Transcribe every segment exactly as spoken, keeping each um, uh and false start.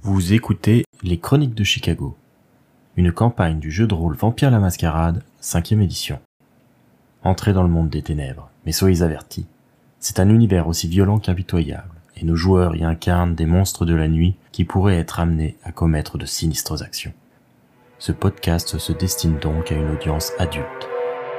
Vous écoutez Les Chroniques de Chicago, une campagne du jeu de rôle Vampire la Mascarade, cinquième édition. Entrez dans le monde des ténèbres, mais soyez avertis, c'est un univers aussi violent qu'impitoyable, et nos joueurs y incarnent des monstres de la nuit qui pourraient être amenés à commettre de sinistres actions. Ce podcast se destine donc à une audience adulte.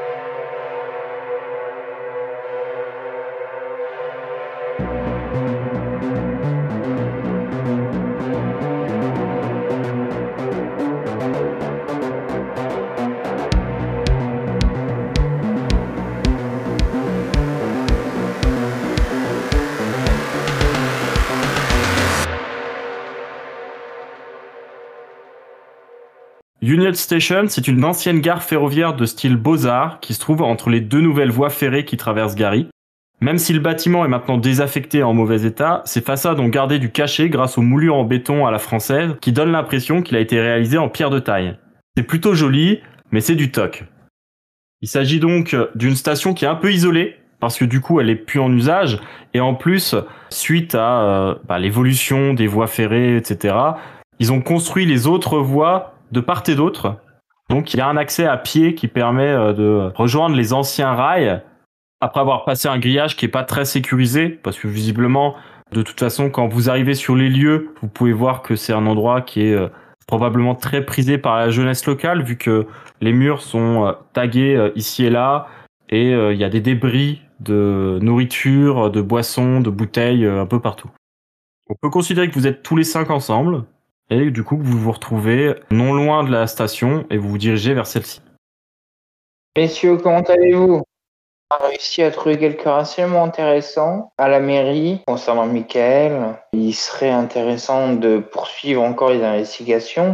Union Station, c'est une ancienne gare ferroviaire de style Beaux-Arts qui se trouve entre les deux nouvelles voies ferrées qui traversent Gary. Même si le bâtiment est maintenant désaffecté et en mauvais état, ses façades ont gardé du cachet grâce aux moulures en béton à la française qui donnent l'impression qu'il a été réalisé en pierre de taille. C'est plutôt joli, mais c'est du toc. Il s'agit donc d'une station qui est un peu isolée, parce que du coup elle est plus en usage, et en plus, suite à euh, bah, l'évolution des voies ferrées, et cetera, ils ont construit les autres voies de part et d'autre. Donc il y a un accès à pied qui permet de rejoindre les anciens rails après avoir passé un grillage qui est pas très sécurisé, parce que visiblement, de toute façon, quand vous arrivez sur les lieux, vous pouvez voir que c'est un endroit qui est euh, probablement très prisé par la jeunesse locale, vu que les murs sont euh, tagués euh, ici et là, et euh, il y a des débris de nourriture, de boissons, de bouteilles euh, un peu partout. On peut considérer que vous êtes tous les cinq ensemble, et du coup vous vous retrouvez non loin de la station et vous vous dirigez vers celle-ci. Messieurs, comment allez-vous? On a réussi à trouver quelques renseignements intéressants à la mairie concernant Michael. Il serait intéressant de poursuivre encore les investigations,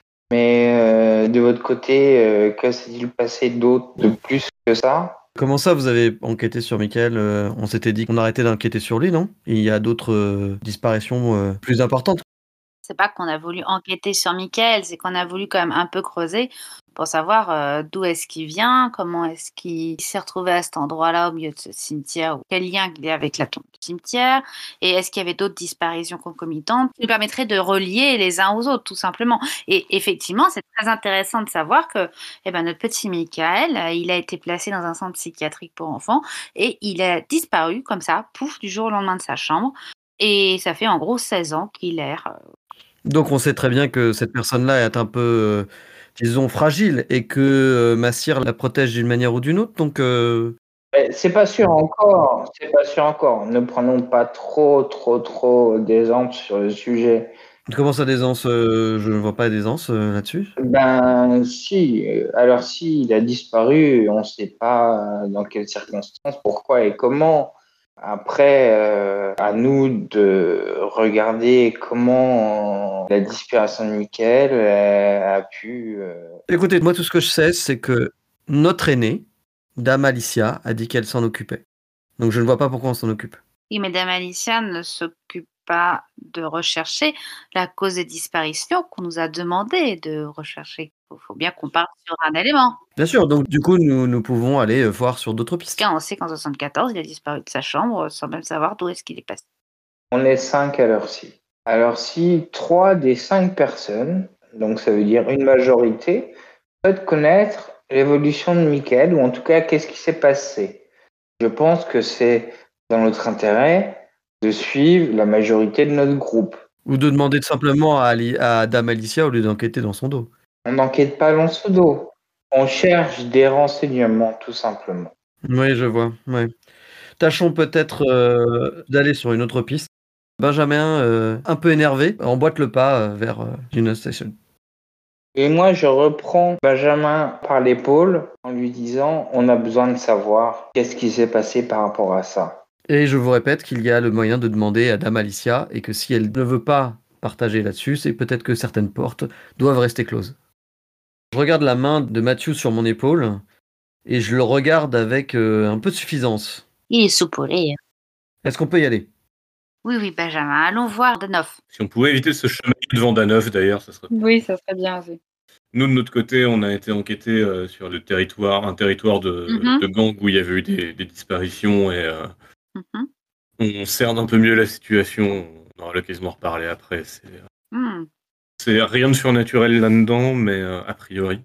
mais euh, de votre côté, euh, que s'est-il passé d'autre de plus que ça? Comment ça, vous avez enquêté sur Michael? euh, On s'était dit qu'on arrêtait d'enquêter sur lui, non? Il y a d'autres euh, disparitions euh, plus importantes. C'est pas qu'on a voulu enquêter sur Michael, c'est qu'on a voulu quand même un peu creuser pour savoir euh, d'où est-ce qu'il vient, comment est-ce qu'il s'est retrouvé à cet endroit-là au milieu de ce cimetière, ou quel lien il y a avec la tombe du cimetière, et est-ce qu'il y avait d'autres disparitions concomitantes qui nous permettraient de relier les uns aux autres, tout simplement. Et effectivement, c'est très intéressant de savoir que eh ben, notre petit Michael, euh, il a été placé dans un centre psychiatrique pour enfants, et il a disparu comme ça, pouf, du jour au lendemain de sa chambre, et ça fait en gros seize ans qu'il erre. euh, Donc on sait très bien que cette personne-là est un peu, euh, disons, fragile et que euh, Massir la protège d'une manière ou d'une autre. Donc euh, Mais c'est pas sûr encore, c'est pas sûr encore. Ne prenons pas trop, trop, trop d'exemples sur le sujet. comment ça d'aisance? euh, Je ne vois pas d'aisance euh, là-dessus. Ben si, euh, alors si il a disparu, on ne sait pas dans quelles circonstances, pourquoi et comment. Après, euh, à nous de regarder comment la disparition de Michael euh, a pu. euh, Écoutez, moi tout ce que je sais, c'est que notre aînée, Dame Alicia, a dit qu'elle s'en occupait. Donc je ne vois pas pourquoi on s'en occupe. Oui, mais Dame Alicia ne s'occupe pas de rechercher la cause des disparitions qu'on nous a demandé de rechercher. Il faut bien qu'on parte sur un élément. Bien sûr, donc du coup, nous, nous pouvons aller euh, voir sur d'autres En tout pistes. cas, on sait qu'en soixante-quatorze, il a disparu de sa chambre sans même savoir d'où est-ce qu'il est passé. On est cinq à l'heure-ci. À l'heure-ci, trois des cinq personnes, donc ça veut dire une majorité, souhaitent connaître l'évolution de Michael, ou en tout cas qu'est-ce qui s'est passé. Je pense que c'est dans notre intérêt de suivre la majorité de notre groupe. Ou de demander simplement à, Ali- à Dame Alicia au lieu d'enquêter dans son dos. On n'enquête pas dans ce dos. On cherche des renseignements, tout simplement. Oui, je vois. Ouais. Tâchons peut-être euh, d'aller sur une autre piste. Benjamin, euh, un peu énervé, emboîte le pas euh, vers euh, Union Station. Et moi, je reprends Benjamin par l'épaule en lui disant, on a besoin de savoir qu'est-ce qui s'est passé par rapport à ça. Et je vous répète qu'il y a le moyen de demander à Dame Alicia et que si elle ne veut pas partager là-dessus, c'est peut-être que certaines portes doivent rester closes. Je regarde la main de Matthew sur mon épaule et je le regarde avec euh, un peu de suffisance. Il est soupolé. Est-ce qu'on peut y aller? Oui, oui, Benjamin, allons voir Danoff. Si on pouvait éviter ce chemin devant Daneuf, d'ailleurs, ça serait. Oui, ça serait bien aussi. Nous, de notre côté, on a été enquêté euh, sur le territoire, un territoire de, Mhm. de gang où il y avait eu des, des disparitions et euh, Mhm. on cerne un peu mieux la situation. On aura l'occasion d'en reparler après. C'est... Hmm. C'est rien de surnaturel là-dedans, mais euh, a priori.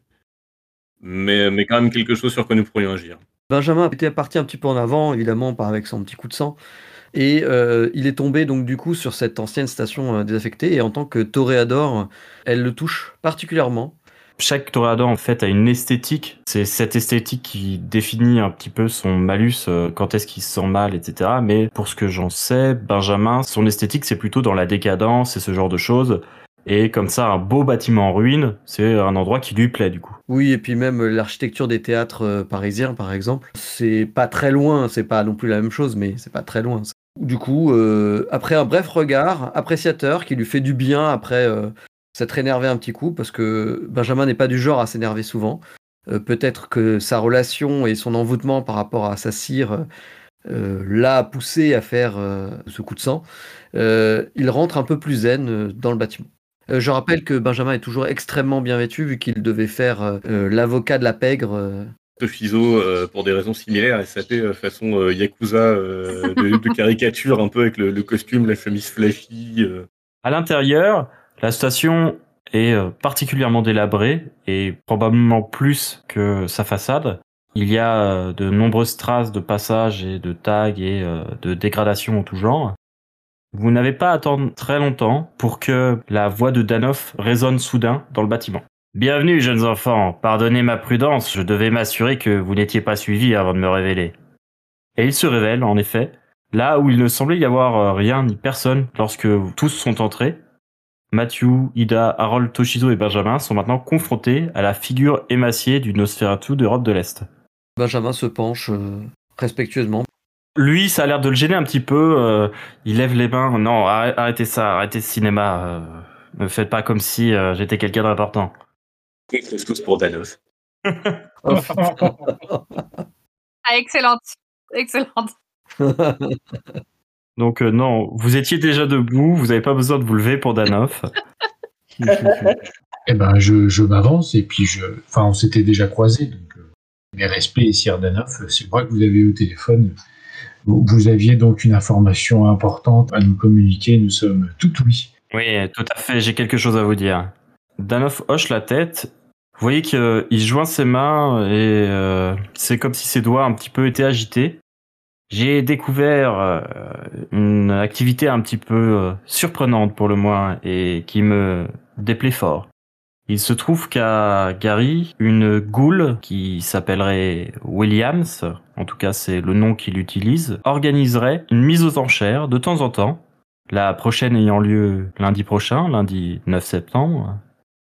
Mais, mais quand même quelque chose sur quoi nous pourrions agir. Benjamin était parti un petit peu en avant, évidemment, par avec son petit coup de sang. Et euh, il est tombé donc du coup sur cette ancienne station euh, désaffectée. Et en tant que toréador, elle le touche particulièrement. Chaque toréador en fait a une esthétique. C'est cette esthétique qui définit un petit peu son malus, euh, quand est-ce qu'il se sent mal, et cetera. Mais pour ce que j'en sais, Benjamin, son esthétique c'est plutôt dans la décadence et ce genre de choses. Et comme ça, un beau bâtiment en ruine, c'est un endroit qui lui plaît du coup. Oui, et puis même euh, l'architecture des théâtres euh, parisiens, par exemple, c'est pas très loin. C'est pas non plus la même chose, mais c'est pas très loin. Du coup, euh, après un bref regard appréciateur qui lui fait du bien après euh, s'être énervé un petit coup, parce que Benjamin n'est pas du genre à s'énerver souvent. Euh, peut-être que sa relation et son envoûtement par rapport à sa cire euh, l'a poussé à faire euh, ce coup de sang. Euh, il rentre un peu plus zen euh, dans le bâtiment. Euh, je rappelle que Benjamin est toujours extrêmement bien vêtu, vu qu'il devait faire euh, euh, l'avocat de la pègre. euh. Toshizo, euh, pour des raisons similaires, est sapé euh, façon euh, Yakuza euh, de, de caricature, un peu avec le, le costume, la chemise flashy. euh. À l'intérieur, la station est euh, particulièrement délabrée et probablement plus que sa façade. Il y a euh, de nombreuses traces de passage et de tags et euh, de dégradation en tout genre. Vous n'avez pas à attendre très longtemps pour que la voix de Danoff résonne soudain dans le bâtiment. Bienvenue, jeunes enfants. Pardonnez ma prudence, je devais m'assurer que vous n'étiez pas suivis avant de me révéler. Et il se révèle, en effet, là où il ne semblait y avoir euh, rien ni personne lorsque tous sont entrés. Matthew, Ida, Harold, Toshizo et Benjamin sont maintenant confrontés à la figure émaciée du Nosferatu d'Europe de l'Est. Benjamin se penche euh, respectueusement. Lui, ça a l'air de le gêner un petit peu. euh, il lève les mains. Non, arrê- arrêtez ça, arrêtez ce cinéma. euh, ne faites pas comme si euh, j'étais quelqu'un d'important. Tous pour Danos. Oh, putain. Ah, excellente. Excellente. Donc euh, non, vous étiez déjà debout, vous n'avez pas besoin de vous lever pour Danoff. Eh ben, je, je m'avance et puis je. Enfin, on s'était déjà croisés, donc euh, mes respects, Sir Danoff. C'est moi que vous avez eu au téléphone. Vous, vous aviez donc une information importante à nous communiquer. Nous sommes tout oui. Oui, tout à fait, j'ai quelque chose à vous dire. Danoff hoche la tête. Vous voyez qu'il joint ses mains et euh, c'est comme si ses doigts un petit peu étaient agités. J'ai découvert euh, une activité un petit peu euh, surprenante pour le moins et qui me déplaît fort. Il se trouve qu'à Gary, une goule qui s'appellerait Williams, en tout cas c'est le nom qu'il utilise, organiserait une mise aux enchères de temps en temps, la prochaine ayant lieu lundi prochain, lundi neuf septembre,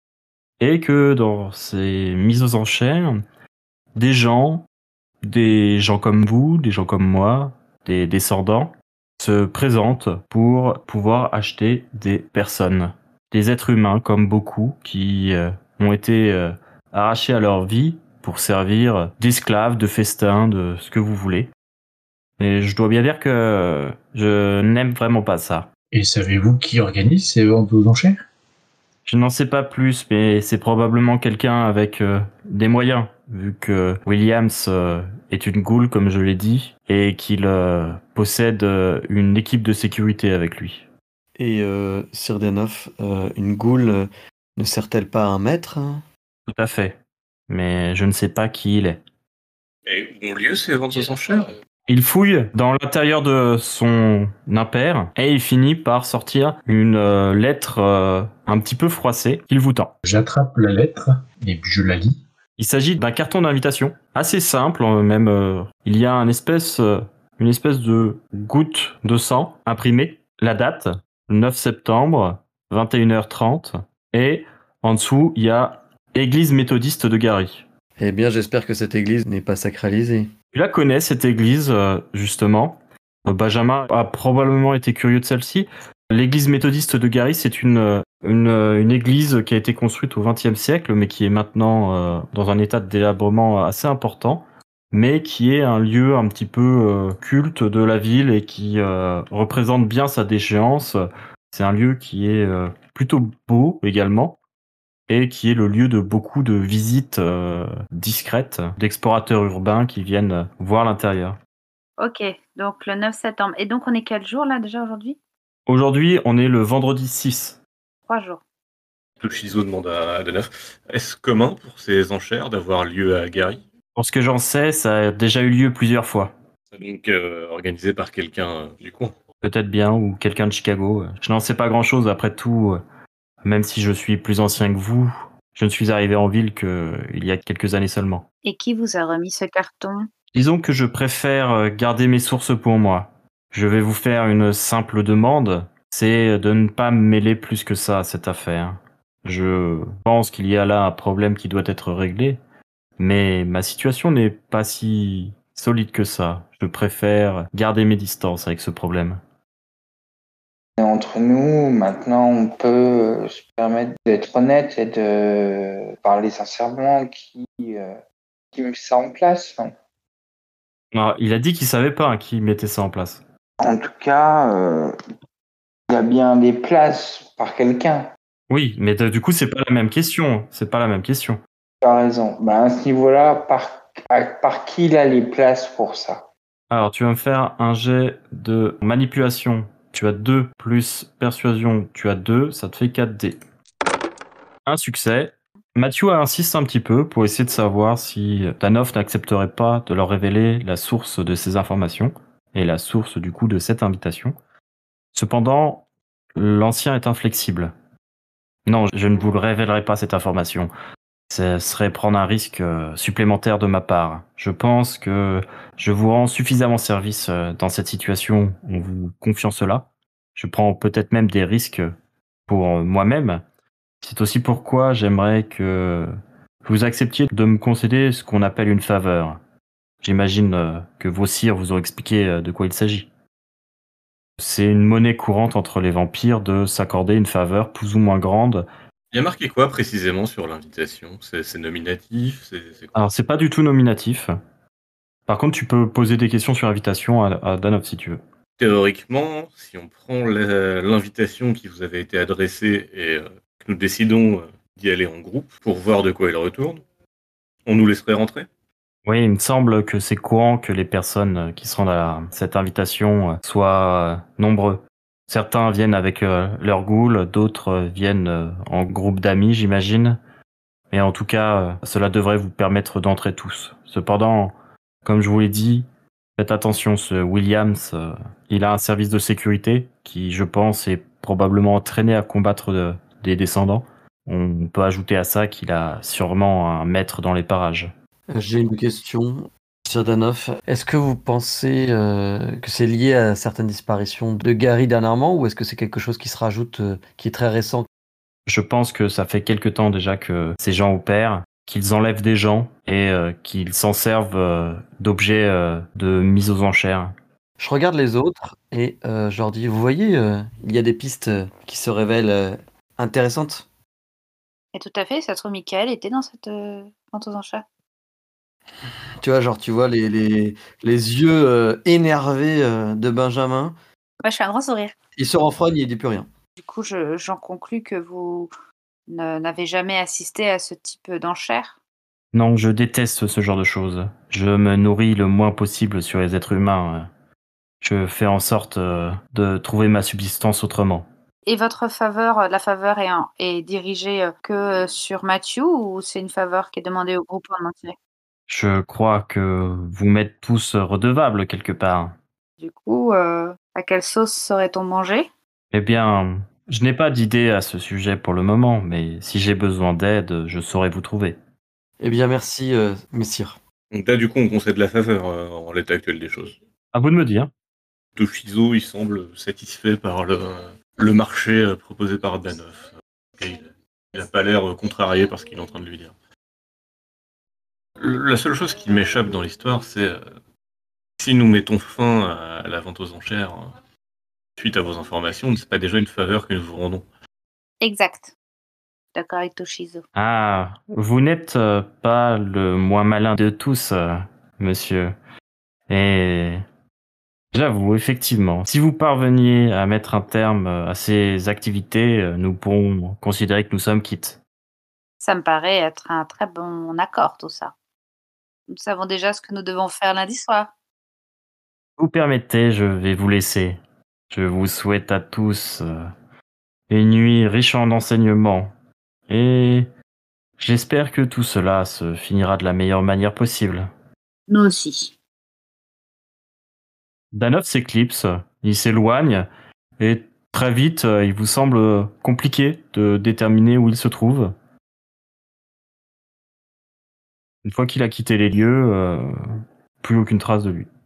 et que dans ces mises aux enchères, des gens, des gens comme vous, des gens comme moi, des descendants, se présentent pour pouvoir acheter des personnes. Des êtres humains comme beaucoup qui euh, ont été euh, arrachés à leur vie pour servir d'esclaves, de festins, de ce que vous voulez. Et je dois bien dire que je n'aime vraiment pas ça. Et savez-vous qui organise ces ventes aux enchères? Je n'en sais pas plus, mais c'est probablement quelqu'un avec euh, des moyens, vu que Williams euh, est une goule, comme je l'ai dit, et qu'il euh, possède euh, une équipe de sécurité avec lui. Et euh, Sir Danoff, euh, une goule euh, ne sert-elle pas un maître hein Tout à fait. Mais je ne sais pas qui il est. Et où ont lieu ces ventes aux enchères? Il fouille dans l'intérieur de son impair et il finit par sortir une euh, lettre euh, un petit peu froissée qu'il vous tend. J'attrape la lettre et puis je la lis. Il s'agit d'un carton d'invitation, assez simple, euh, même euh, il y a un espèce, euh, une espèce de goutte de sang imprimée, la date, neuf septembre, vingt et une heures trente, et en dessous il y a Église méthodiste de Gary. Eh bien, j'espère que cette église n'est pas sacralisée. Tu la connais cette église, euh, justement. Euh, Benjamin a probablement été curieux de celle-ci. L'église méthodiste de Gary, c'est une, euh, une, euh, une église qui a été construite au vingtième siècle, mais qui est maintenant euh, dans un état de délabrement assez important, mais qui est un lieu un petit peu euh, culte de la ville et qui euh, représente bien sa déchéance. C'est un lieu qui est euh, plutôt beau également, et qui est le lieu de beaucoup de visites euh, discrètes d'explorateurs urbains qui viennent voir l'intérieur. Ok, donc le neuf septembre. Et donc on est quel jour là déjà aujourd'hui? Aujourd'hui, on est le vendredi six. Trois jours. Toshizo demande à Danov. Est-ce commun pour ces enchères d'avoir lieu à Gary? Pour ce que j'en sais, ça a déjà eu lieu plusieurs fois. C'est donc euh, organisé par quelqu'un euh, du coin. Peut-être bien, ou quelqu'un de Chicago. Je n'en sais pas grand-chose, après tout. euh, Même si je suis plus ancien que vous, je ne suis arrivé en ville qu'il y a quelques années seulement. Et qui vous a remis ce carton? Disons que je préfère euh, garder mes sources pour moi. Je vais vous faire une simple demande, c'est de ne pas me mêler plus que ça à cette affaire. Je pense qu'il y a là un problème qui doit être réglé, mais ma situation n'est pas si solide que ça. Je préfère garder mes distances avec ce problème. Et entre nous, maintenant, on peut euh, se permettre d'être honnête et de parler sincèrement qui, euh, qui met ça en place. Ah, il a dit qu'il savait pas hein, qui mettait ça en place. En tout cas, euh, il y a bien des places par quelqu'un. Oui, mais de- du coup, c'est pas la même question. C'est pas la même question. Tu as raison. Ben, à ce niveau-là, par, à- par qui il a les places pour ça? Alors, tu vas me faire un jet de manipulation. Tu as deux plus persuasion, tu as deux, ça te fait quatre dés. Un succès. Mathieu insiste un petit peu pour essayer de savoir si Danov n'accepterait pas de leur révéler la source de ces informations et la source du coup de cette invitation. Cependant, l'ancien est inflexible. Non, je ne vous le révélerai pas cette information. Ce serait prendre un risque euh, supplémentaire de ma part. Je pense que je vous rends suffisamment service euh, dans cette situation en vous confiant cela. Je prends peut-être même des risques pour euh, moi-même. C'est aussi pourquoi j'aimerais que vous acceptiez de me concéder ce qu'on appelle une faveur. J'imagine euh, que vos sires vous ont expliqué euh, de quoi il s'agit. C'est une monnaie courante entre les vampires de s'accorder une faveur plus ou moins grande. Il y a marqué quoi précisément sur l'invitation? C'est c'est nominatif? C'est c'est quoi? Alors c'est pas du tout nominatif. Par contre, tu peux poser des questions sur invitation à, à Danov si tu veux. Théoriquement, si on prend la- l'invitation qui vous avait été adressée et euh, que nous décidons euh, d'y aller en groupe pour voir de quoi il retourne, on nous laisserait rentrer? Oui, il me semble que c'est courant que les personnes euh, qui se rendent à cette invitation euh, soient euh, nombreux. Certains viennent avec euh, leur goule, d'autres euh, viennent euh, en groupe d'amis, j'imagine. Mais en tout cas, euh, cela devrait vous permettre d'entrer tous. Cependant, comme je vous l'ai dit, faites attention, ce Williams, euh, il a un service de sécurité qui, je pense, est probablement entraîné à combattre de- des descendants. On peut ajouter à ça qu'il a sûrement un maître dans les parages. J'ai une question, Sir Danov. Est-ce que vous pensez euh, que c'est lié à certaines disparitions de Gary dernièrement ou est-ce que c'est quelque chose qui se rajoute, euh, qui est très récent? Je pense que ça fait quelque temps déjà que ces gens opèrent, qu'ils enlèvent des gens et euh, qu'ils s'en servent euh, d'objets euh, de mise aux enchères. Je regarde les autres et euh, je leur dis, vous voyez, euh, il y a des pistes euh, qui se révèlent euh, intéressantes. Et tout à fait, ça se trouve, Michael était dans cette euh, vente aux enchères. Tu vois, genre, tu vois les, les, les yeux euh, énervés euh, de Benjamin. Moi, je fais un grand sourire. Il se renfrogne et il dit plus rien. Du coup, je- j'en conclus que vous ne- n'avez jamais assisté à ce type d'enchères. Non, je déteste ce genre de choses. Je me nourris le moins possible sur les êtres humains. Je fais en sorte euh, de trouver ma subsistance autrement. Et votre faveur, euh, la faveur est, en- est dirigée euh, que euh, sur Matthew ou c'est une faveur qui est demandée au groupe en entier? Je crois que vous m'êtes tous redevables quelque part. Du coup, euh, à quelle sauce saurait-on manger? Eh bien, je n'ai pas d'idée à ce sujet pour le moment, mais si j'ai besoin d'aide, je saurai vous trouver. Eh bien, merci, euh, messire. Donc là, du coup, on concède la faveur euh, en l'état actuel des choses. À vous de me dire. Toshizo, il semble satisfait par le, le marché euh, proposé par Danov. Et il- il n'a pas l'air euh, contrarié par ce qu'il est en train de lui dire. Le- La seule chose qui m'échappe dans l'histoire, c'est euh, si nous mettons fin à, à la vente aux enchères euh, suite à vos informations, c'est pas déjà une faveur que nous vous rendons. Exact. D'accord avec Toshizo. Ah, vous n'êtes euh, pas le moins malin de tous, euh, monsieur. Et j'avoue, effectivement, si vous parveniez à mettre un terme euh, à ces activités, euh, nous pourrons considérer que nous sommes quittes. Ça me paraît être un très bon accord, tout ça. Nous savons déjà ce que nous devons faire lundi soir. Vous permettez, je vais vous laisser. Je vous souhaite à tous euh, une nuit riche en enseignements Et j'espère que tout cela se finira de la meilleure manière possible. Nous aussi. Danov s'éclipse, il s'éloigne, et très vite, euh, il vous semble compliqué de déterminer où il se trouve. Une fois qu'il a quitté les lieux, euh, plus aucune trace de lui.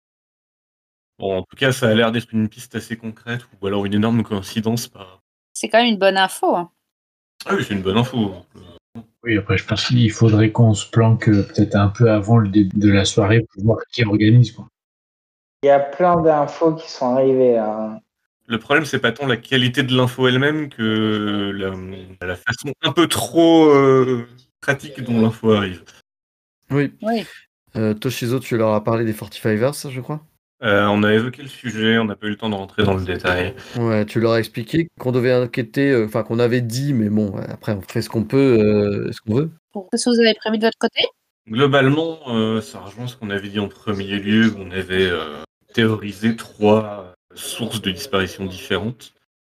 Bon, en tout cas, ça a l'air d'être une piste assez concrète, ou alors une énorme coïncidence. Par... C'est quand même une bonne info. Hein. Ah oui, c'est une bonne info. Oui, après, je pense qu'il faudrait qu'on se planque euh, peut-être un peu avant le début de la soirée pour voir qui organise, quoi. Il y a plein d'infos qui sont arrivées là. Le problème, c'est pas tant la qualité de l'info elle-même que la, la façon un peu trop euh, pratique dont l'info arrive. Oui. Oui. Euh, Toshizo, tu leur as parlé des Fortifivers, je crois. Euh, on a évoqué le sujet, on n'a pas eu le temps de rentrer dans le détail. Ouais, tu leur as expliqué qu'on devait inquiéter, enfin euh, qu'on avait dit, mais bon, après on fait ce qu'on peut, euh, ce qu'on veut. Qu'est-ce que vous avez prévu de votre côté? Globalement, euh, ça rejoint ce qu'on avait dit en premier lieu, on avait euh, théorisé trois sources de disparition différentes.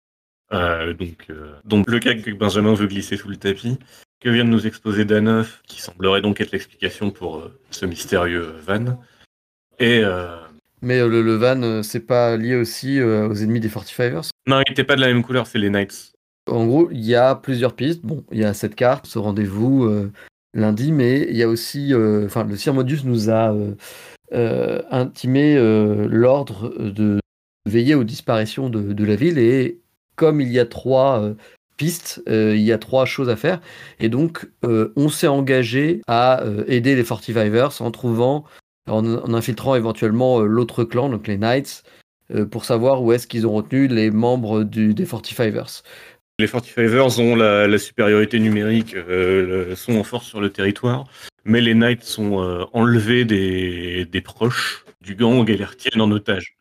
Euh, donc, euh, donc le cas que Benjamin veut glisser sous le tapis, que vient de nous exposer Danov, qui semblerait donc être l'explication pour euh, ce mystérieux van. Et euh... Mais euh, le, le van, euh, c'est pas lié aussi euh, aux ennemis des Fortifivers? Non, il n'était pas de la même couleur, c'est les Knights. En gros, il y a plusieurs pistes. Bon, il y a cette carte, ce rendez-vous euh, lundi, mais il y a aussi, enfin, euh, le Sir Modus nous a euh, euh, intimé euh, l'ordre de veiller aux disparitions de, de la ville, et comme il y a trois euh, pistes, euh, il y a trois choses à faire, et donc euh, on s'est engagé à euh, aider les Fortifivers en trouvant, en, en infiltrant éventuellement euh, l'autre clan, donc les Knights, euh, pour savoir où est-ce qu'ils ont retenu les membres du, des Fortifivers. Les Fortifivers ont la, la supériorité numérique, euh, le, sont en force sur le territoire, mais les Knights sont euh, enlevés des, des proches du gang et les retiennent en otage.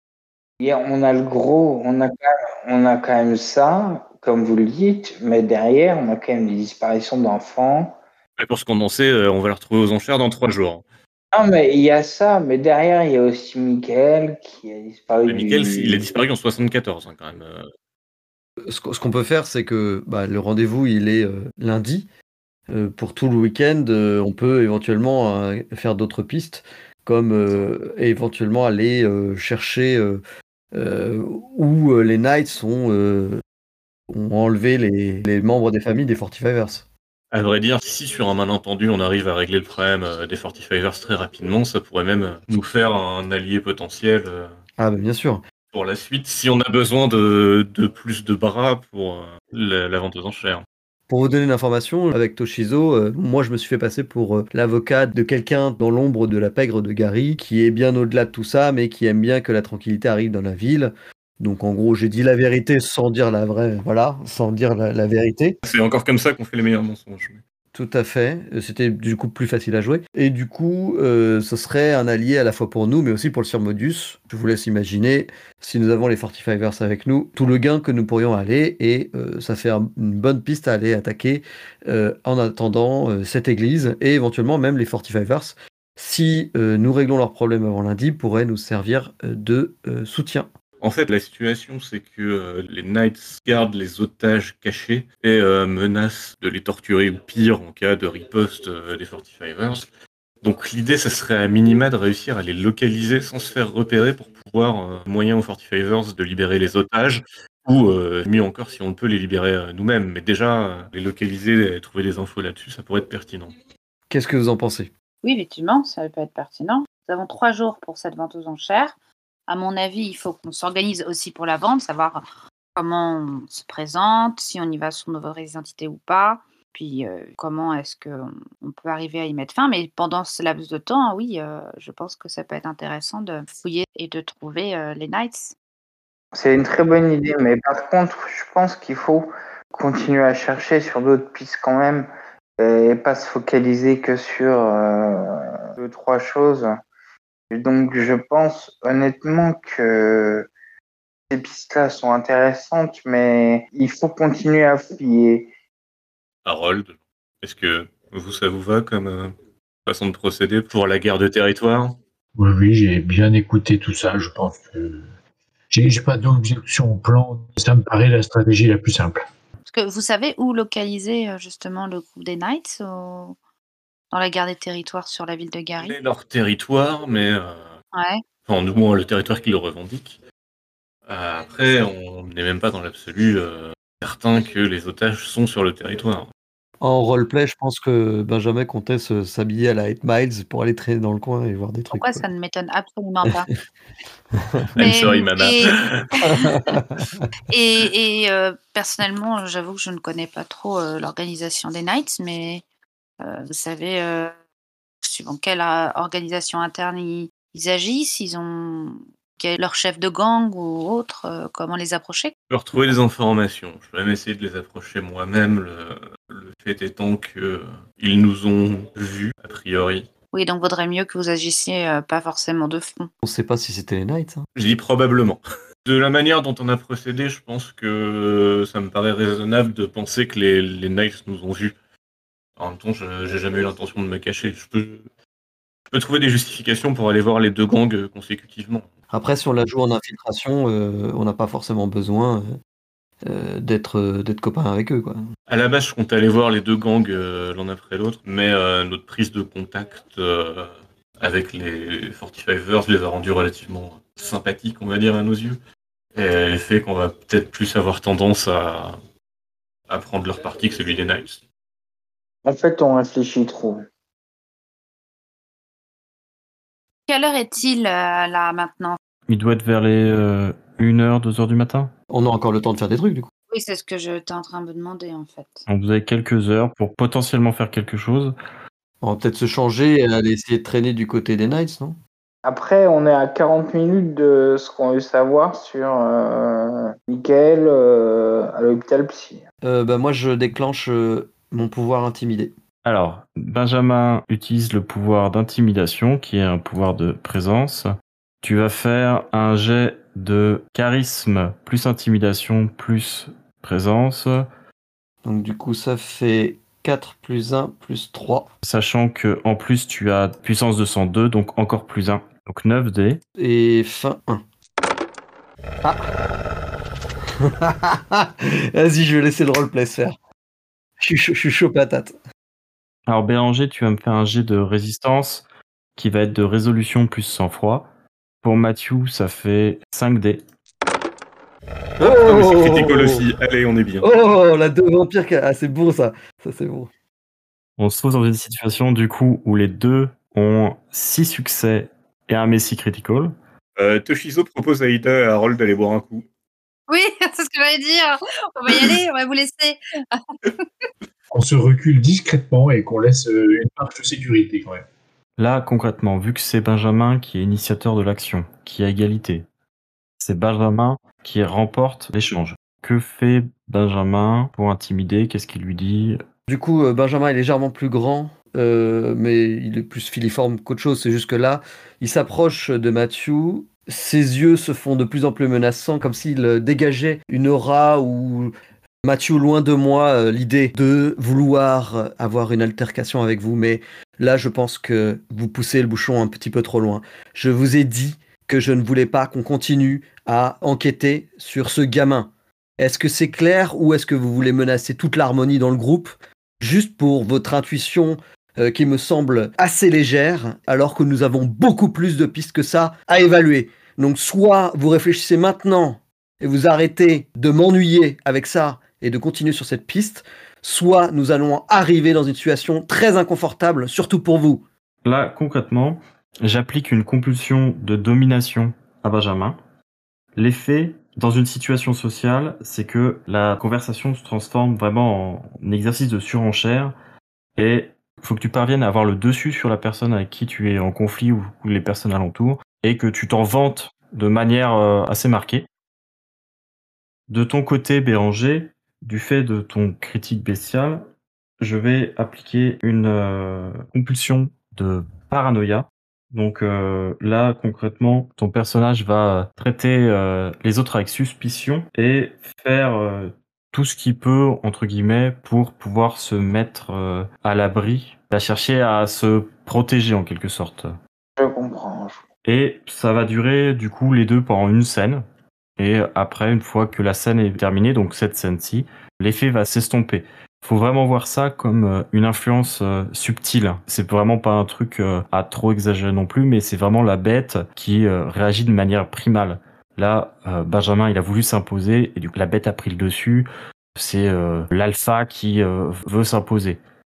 Et on a le gros, on a, quand même, on a quand même ça, comme vous le dites, mais derrière, on a quand même des disparitions d'enfants. Et pour ce qu'on en sait, on va les retrouver aux enchères dans trois jours. Non, mais il y a ça, mais derrière, il y a aussi Michael qui a disparu. Mais Michael, du... il a disparu en soixante-quatorze, hein, quand même. Ce, ce qu'on peut faire, c'est que bah, le rendez-vous, il est euh, lundi. Euh, pour tout le week-end, euh, on peut éventuellement euh, faire d'autres pistes, comme euh, éventuellement aller euh, chercher euh, euh, où les Knights sont, euh, ont enlevé les, les membres des familles des Fortifivers. À vrai dire, si sur un malentendu on arrive à régler le problème euh, des Fortifivers très rapidement, ça pourrait même nous faire un allié potentiel. Euh, ah bah bien sûr. Pour la suite, si on a besoin de, de plus de bras pour euh, la, la vente aux enchères. Pour vous donner une information, avec Toshizo, euh, moi je me suis fait passer pour euh, l'avocat de quelqu'un dans l'ombre de la pègre de Gary, qui est bien au-delà de tout ça, mais qui aime bien que la tranquillité arrive dans la ville. Donc en gros, j'ai dit la vérité sans dire la vraie, voilà, sans dire la, la vérité. C'est encore comme ça qu'on fait les meilleurs mensonges. Tout à fait. C'était du coup plus facile à jouer. Et du coup, euh, ce serait un allié à la fois pour nous, mais aussi pour le Sir Modus. Je vous laisse imaginer, si nous avons les Fortifivers avec nous, tout le gain que nous pourrions aller, et euh, ça fait un, une bonne piste à aller attaquer euh, en attendant euh, cette église, et éventuellement même les Fortifivers, si euh, nous réglons leurs problèmes avant lundi, pourraient nous servir euh, de euh, soutien. En fait, la situation, c'est que euh, les Knights gardent les otages cachés et euh, menacent de les torturer ou pire en cas de riposte euh, des Fortifivers. Donc l'idée, ça serait à minima de réussir à les localiser sans se faire repérer pour pouvoir, euh, moyen aux Fortifivers de libérer les otages, ou euh, mieux encore si on peut les libérer euh, nous-mêmes. Mais déjà, euh, les localiser et trouver des infos là-dessus, ça pourrait être pertinent. Qu'est-ce que vous en pensez ? Oui, effectivement, ça peut être pertinent. Nous avons trois jours pour cette vente aux enchères. À mon avis, il faut qu'on s'organise aussi pour la vente, savoir comment on se présente, si on y va sur nos vraies identités ou pas, puis euh, comment est-ce qu'on peut arriver à y mettre fin. Mais pendant ce laps de temps, oui, euh, je pense que ça peut être intéressant de fouiller et de trouver euh, les Knights. C'est une très bonne idée, mais par contre, je pense qu'il faut continuer à chercher sur d'autres pistes quand même, et pas se focaliser que sur euh, deux, trois choses. Donc, je pense honnêtement que ces pistes-là sont intéressantes, mais il faut continuer à fouiller. Harold, est-ce que vous, ça vous va comme euh, façon de procéder pour la guerre de territoire ? Oui, oui, j'ai bien écouté tout ça. Je pense que j'ai, j'ai pas d'objection au plan. Ça me paraît la stratégie la plus simple. Que vous savez où localiser euh, justement le groupe des Knights au- dans la guerre des territoires sur la ville de Gary? C'est leur territoire, mais euh, Ouais. enfin, du moins le territoire qu'ils revendiquent. Euh, après, on n'est même pas dans l'absolu euh, certain que les otages sont sur le territoire. En roleplay, je pense que Benjamin comptait se- s'habiller à la eight miles pour aller traîner dans le coin et voir des trucs. Pourquoi quoi. ça ne m'étonne absolument pas. I'm Mais, sorry, Mama. et et, et, euh, personnellement, j'avoue que je ne connais pas trop euh, l'organisation des Knights, mais euh, vous savez, euh, suivant quelle euh, organisation interne ils, ils agissent, ils ont quel est leur chef de gang ou autre, euh, comment les approcher. Je peux retrouver des informations. Je vais même essayer de les approcher moi-même. Le, le fait étant qu'ils nous ont vus, a priori. Oui, donc vaudrait mieux que vous agissiez euh, pas forcément de front. On sait pas si c'était les Knights. hein. Je dis probablement. De la manière dont on a procédé, je pense que ça me paraît raisonnable de penser que les, les Knights nous ont vus. En même temps, je j'ai jamais eu l'intention de me cacher. Je peux, je peux trouver des justifications pour aller voir les deux gangs euh, consécutivement. Après, si on la joue en infiltration, euh, on n'a pas forcément besoin euh, euh, d'être euh, d'être copain avec eux. Quoi. À la base, je comptais aller voir les deux gangs euh, l'un après l'autre, mais euh, notre prise de contact euh, avec les forty-fivers les a rendus relativement sympathiques, on va dire, à nos yeux. Et elle fait qu'on va peut-être plus avoir tendance à, à prendre leur parti que celui des Knights. En fait, on réfléchit trop. Quelle heure est-il euh, là maintenant? Il doit être vers les euh, une heure, deux heures du matin. On a encore le temps de faire des trucs, du coup. Oui, c'est ce que j'étais en train de me demander en fait. Donc vous avez quelques heures pour potentiellement faire quelque chose. On va peut-être se changer et aller essayer de traîner du côté des Knights, non? Après, on est à quarante minutes de ce qu'on veut savoir sur euh, Michael euh, à l'hôpital psy. Euh, bah, moi, je déclenche euh, mon pouvoir intimidé. Alors, Benjamin utilise le pouvoir d'intimidation, qui est un pouvoir de présence. Tu vas faire un jet de charisme plus intimidation plus présence, Donc, du coup, ça fait quatre plus un plus trois. sachant que en plus tu as puissance de cent deux, donc encore plus un. Donc neuf dés. Et fin un. Ah Vas-y, je vais laisser le roleplay se faire. Je suis chaud, je suis chaud patate. Alors Béranger, tu vas me faire un jet de résistance qui va être de résolution plus sang-froid. Pour Matthew, ça fait cinq dés. Oh, mais c'est critical aussi. Allez, on est bien. Oh, la deux vampires. qui a- Ah, c'est bon ça. Ça, c'est bon. On se trouve dans une situation du coup où les deux ont six succès et un Messi critical. Euh, Toshizo propose à Ida et à Harold d'aller boire un coup. Oui, c'est ce que j'allais dire. On va y aller, on va vous laisser. On se recule discrètement et qu'on laisse euh, une marge de sécurité quand même. Là, concrètement, vu que c'est Benjamin qui est initiateur de l'action, qui a égalité, c'est Benjamin qui remporte l'échange. Que fait Benjamin pour intimider? Qu'est-ce qu'il lui dit? Du coup, euh, Benjamin est légèrement plus grand, euh, mais il est plus filiforme qu'autre chose. C'est juste que là, il s'approche de Matthew. Ses yeux se font de plus en plus menaçants, comme s'il euh, dégageait une aura ou Matthew, loin de moi, euh, l'idée de vouloir euh, avoir une altercation avec vous. Mais là, je pense que vous poussez le bouchon un petit peu trop loin. Je vous ai dit que je ne voulais pas qu'on continue à enquêter sur ce gamin. Est-ce que c'est clair ou est-ce que vous voulez menacer toute l'harmonie dans le groupe juste pour votre intuition euh, qui me semble assez légère, alors que nous avon beaucoup plus de pistes que ça à évaluer. Donc soit vous réfléchissez maintenant et vous arrêtez de m'ennuyer avec ça et de continuer sur cette piste, soit nous allons arriver dans une situation très inconfortable, surtout pour vous. Là, concrètement, j'applique une compulsion de domination à Benjamin. L'effet dans une situation sociale, c'est que la conversation se transforme vraiment en exercice de surenchère et il faut que tu parviennes à avoir le dessus sur la personne avec qui tu es en conflit ou, ou les personnes alentours et que tu t'en vantes de manière euh, assez marquée. De ton côté, Béranger, du fait de ton critique bestiale, je vais appliquer une euh, compulsion de paranoïa. Donc euh, là, concrètement, ton personnage va traiter euh, les autres avec suspicion et faire euh, tout ce qu'il peut, entre guillemets, pour pouvoir se mettre euh, à l'abri, à chercher à se protéger en quelque sorte. Je comprends. Et ça va durer du coup les deux pendant une scène. Et après, une fois que la scène est terminée, donc cette scène-ci, l'effet va s'estomper. Faut vraiment voir ça comme euh, une influence euh, subtile. C'est vraiment pas un truc euh, à trop exagérer non plus, mais c'est vraiment la bête qui euh, réagit de manière primale. Là, euh, Benjamin, il a voulu s'imposer et du coup la bête a pris le dessus. C'est euh, l'alpha qui euh, veut s'imposer.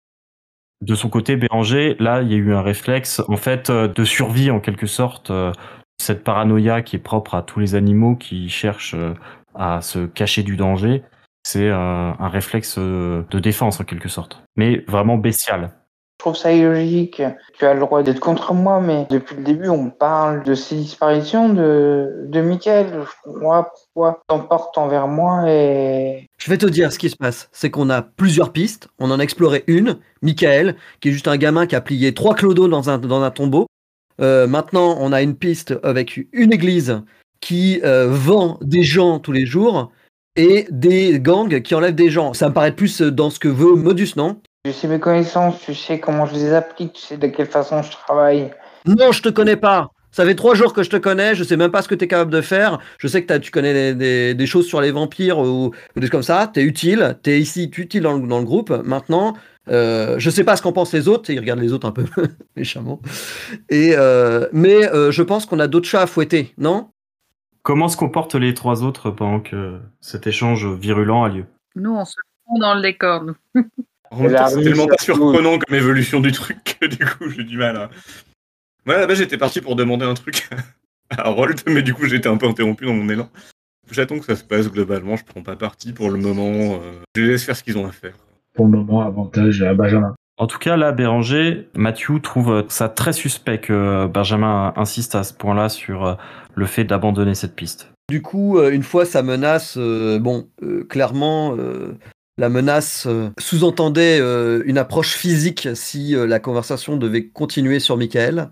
De son côté, Béranger, là, il y a eu un réflexe, en fait, euh, de survie en quelque sorte. euh, cette paranoïa qui est propre à tous les animaux qui cherchent euh, à se cacher du danger, c'est euh, un réflexe euh, de défense en quelque sorte, mais vraiment bestial. Je trouve ça illogique. Tu as le droit d'être contre moi, mais depuis le début, on parle de ces disparitions de, de Michael. Je comprends pourquoi t'emportes envers moi et... Je vais te dire ce qui se passe. C'est qu'on a plusieurs pistes. On en a exploré une, Michael, qui est juste un gamin qui a plié trois clodos dans un, dans un tombeau. Euh, maintenant, on a une piste avec une église qui euh, vend des gens tous les jours et des gangs qui enlèvent des gens. Ça me paraît plus dans ce que veut Modus, non? Tu sais mes connaissances, tu sais comment je les applique, tu sais de quelle façon je travaille. Non, je te connais pas. Ça fait trois jours que je te connais, je sais même pas ce que tu es capable de faire. Je sais que t'as- tu connais des, des- des choses sur les vampires ou, ou des choses comme ça. Tu es utile, tu es ici, tu es utile dans le, dans le groupe. Maintenant, euh, je sais pas ce qu'en pensent les autres. Ils regardent les autres un peu méchamment. Et, euh, mais euh, je pense qu'on a d'autres chats à fouetter, non? Comment se comportent les trois autres pendant que cet échange virulent a lieu? Nous, on se fond dans le décor, nous. En même Elle temps, a c'est remis tellement sa pas peau. surprenant comme évolution du truc que du coup, j'ai du mal à... Ouais, là-bas, j'étais parti pour demander un truc à Harold, mais du coup, j'ai été un peu interrompu dans mon élan. J'attends que ça se passe globalement, je prends pas parti pour le moment, euh, je les laisse faire ce qu'ils ont à faire. Pour le moment, avantage à Benjamin. En tout cas, là, Béranger, Matthew trouve ça très suspect que Benjamin insiste à ce point-là sur euh, le fait d'abandonner cette piste. Du coup, euh, une fois sa menace, euh, bon, euh, clairement, euh, la menace euh, sous-entendait euh, une approche physique si euh, la conversation devait continuer sur Michael.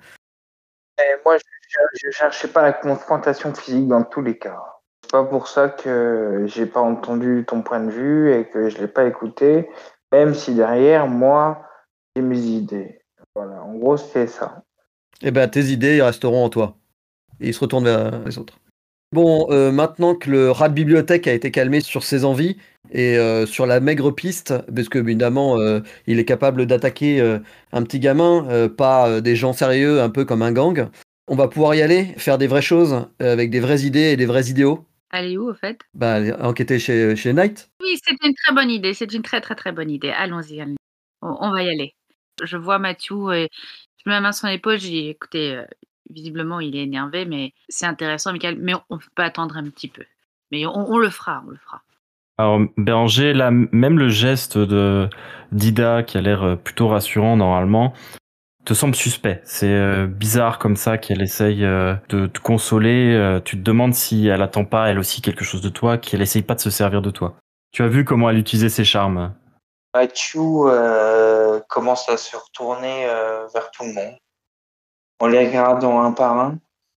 Et moi, je ne cherchais pas la confrontation physique dans tous les cas. C'est pas pour ça que j'ai pas entendu ton point de vue et que je l'ai pas écouté, même si derrière, moi, j'ai mes idées. Voilà, en gros, c'est ça. Eh ben, tes idées, ils resteront en toi. Et il se retourne vers les autres. Bon, euh, maintenant que le rat de bibliothèque a été calmé sur ses envies et euh, sur la maigre piste, parce que évidemment, euh, il est capable d'attaquer euh, un petit gamin, euh, pas euh, des gens sérieux, un peu comme un gang. On va pouvoir y aller, faire des vraies choses, euh, avec des vraies idées et des vrais idéaux. Allez où, au fait? Bah, aller enquêter chez, chez Knight. Oui, c'est une très bonne idée. C'est une très, très, très bonne idée. Allons-y. allons-y. On, on va y aller. Je vois Mathieu et je mets ma main sur son épaule. Je dis, écoutez, euh, visiblement, il est énervé, mais c'est intéressant, Michael. Mais on, on peut attendre un petit peu. Mais on, on le fera, on le fera. Alors, Béranger, là, même le geste de d'Ida, qui a l'air euh, plutôt rassurant normalement, te semble suspect. C'est euh, bizarre comme ça qu'elle essaye euh, de te consoler. Euh, tu te demandes si elle attend pas, elle aussi, quelque chose de toi, qu'elle essaye pas de se servir de toi. Tu as vu comment elle utilisait ses charmes. Mathieu euh, commence à se retourner euh, vers tout le monde, en les regardant un par un,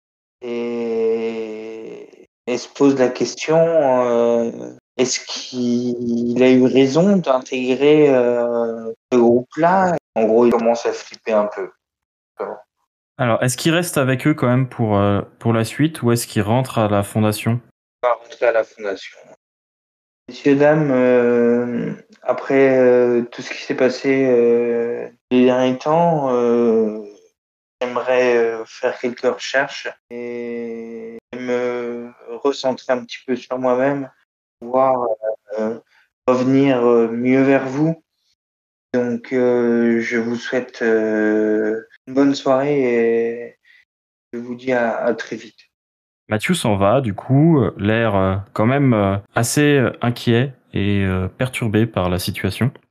et, et se pose la question euh, est-ce qu'il a eu raison d'intégrer euh, ce groupe-là? En gros, il commence à flipper un peu. Alors, est-ce qu'il reste avec eux quand même pour, euh, pour la suite ou est-ce qu'il rentre à la fondation? On va rentrer à la fondation. Messieurs, dames, euh, après euh, tout ce qui s'est passé euh, les derniers temps, euh, j'aimerais euh, faire quelques recherches et me recentrer un petit peu sur moi-même, pouvoir euh, revenir euh, mieux vers vous. Donc, euh, je vous souhaite euh, une bonne soirée et je vous dis à, à très vite. Mathieu s'en va, du coup, euh, l'air euh, quand même euh, assez euh, inquiet et euh, perturbé par la situation.